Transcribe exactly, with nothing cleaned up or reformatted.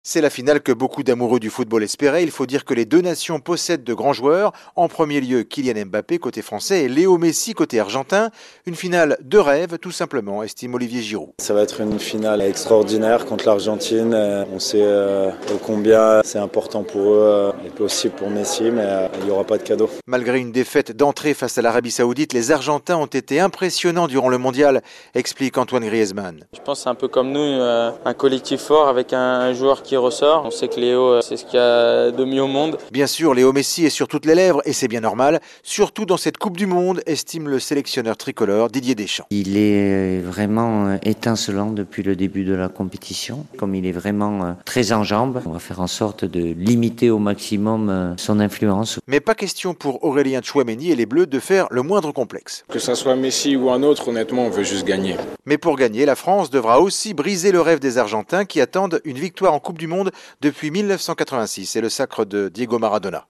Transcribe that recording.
C'est la finale que beaucoup d'amoureux du football espéraient. Il faut dire que les deux nations possèdent de grands joueurs. En premier lieu, Kylian Mbappé côté français et Léo Messi côté argentin. Une finale de rêve, tout simplement, estime Olivier Giroud. Ça va être une finale extraordinaire contre l'Argentine. On sait euh, combien c'est important pour eux et possible pour Messi, mais euh, il n'y aura pas de cadeau. Malgré une défaite d'entrée face à l'Arabie Saoudite, les Argentins ont été impressionnants durant le mondial, explique Antoine Griezmann. Je pense que c'est un peu comme nous, euh, un collectif fort avec un joueur qui ressort. On sait que Léo, c'est ce qu'il y a de mieux au monde. Bien sûr, Léo Messi est sur toutes les lèvres et c'est bien normal, surtout dans cette Coupe du Monde, estime le sélectionneur tricolore Didier Deschamps. Il est vraiment étincelant depuis le début de la compétition, comme il est vraiment très en jambes. On va faire en sorte de limiter au maximum son influence. Mais pas question pour Aurélien Tchouaméni et les Bleus de faire le moindre complexe. Que ça soit Messi ou un autre, honnêtement, on veut juste gagner. Mais pour gagner, la France devra aussi briser le rêve des Argentins qui attendent une victoire en Coupe du Monde depuis mille neuf cent quatre-vingt-six et le sacre de Diego Maradona.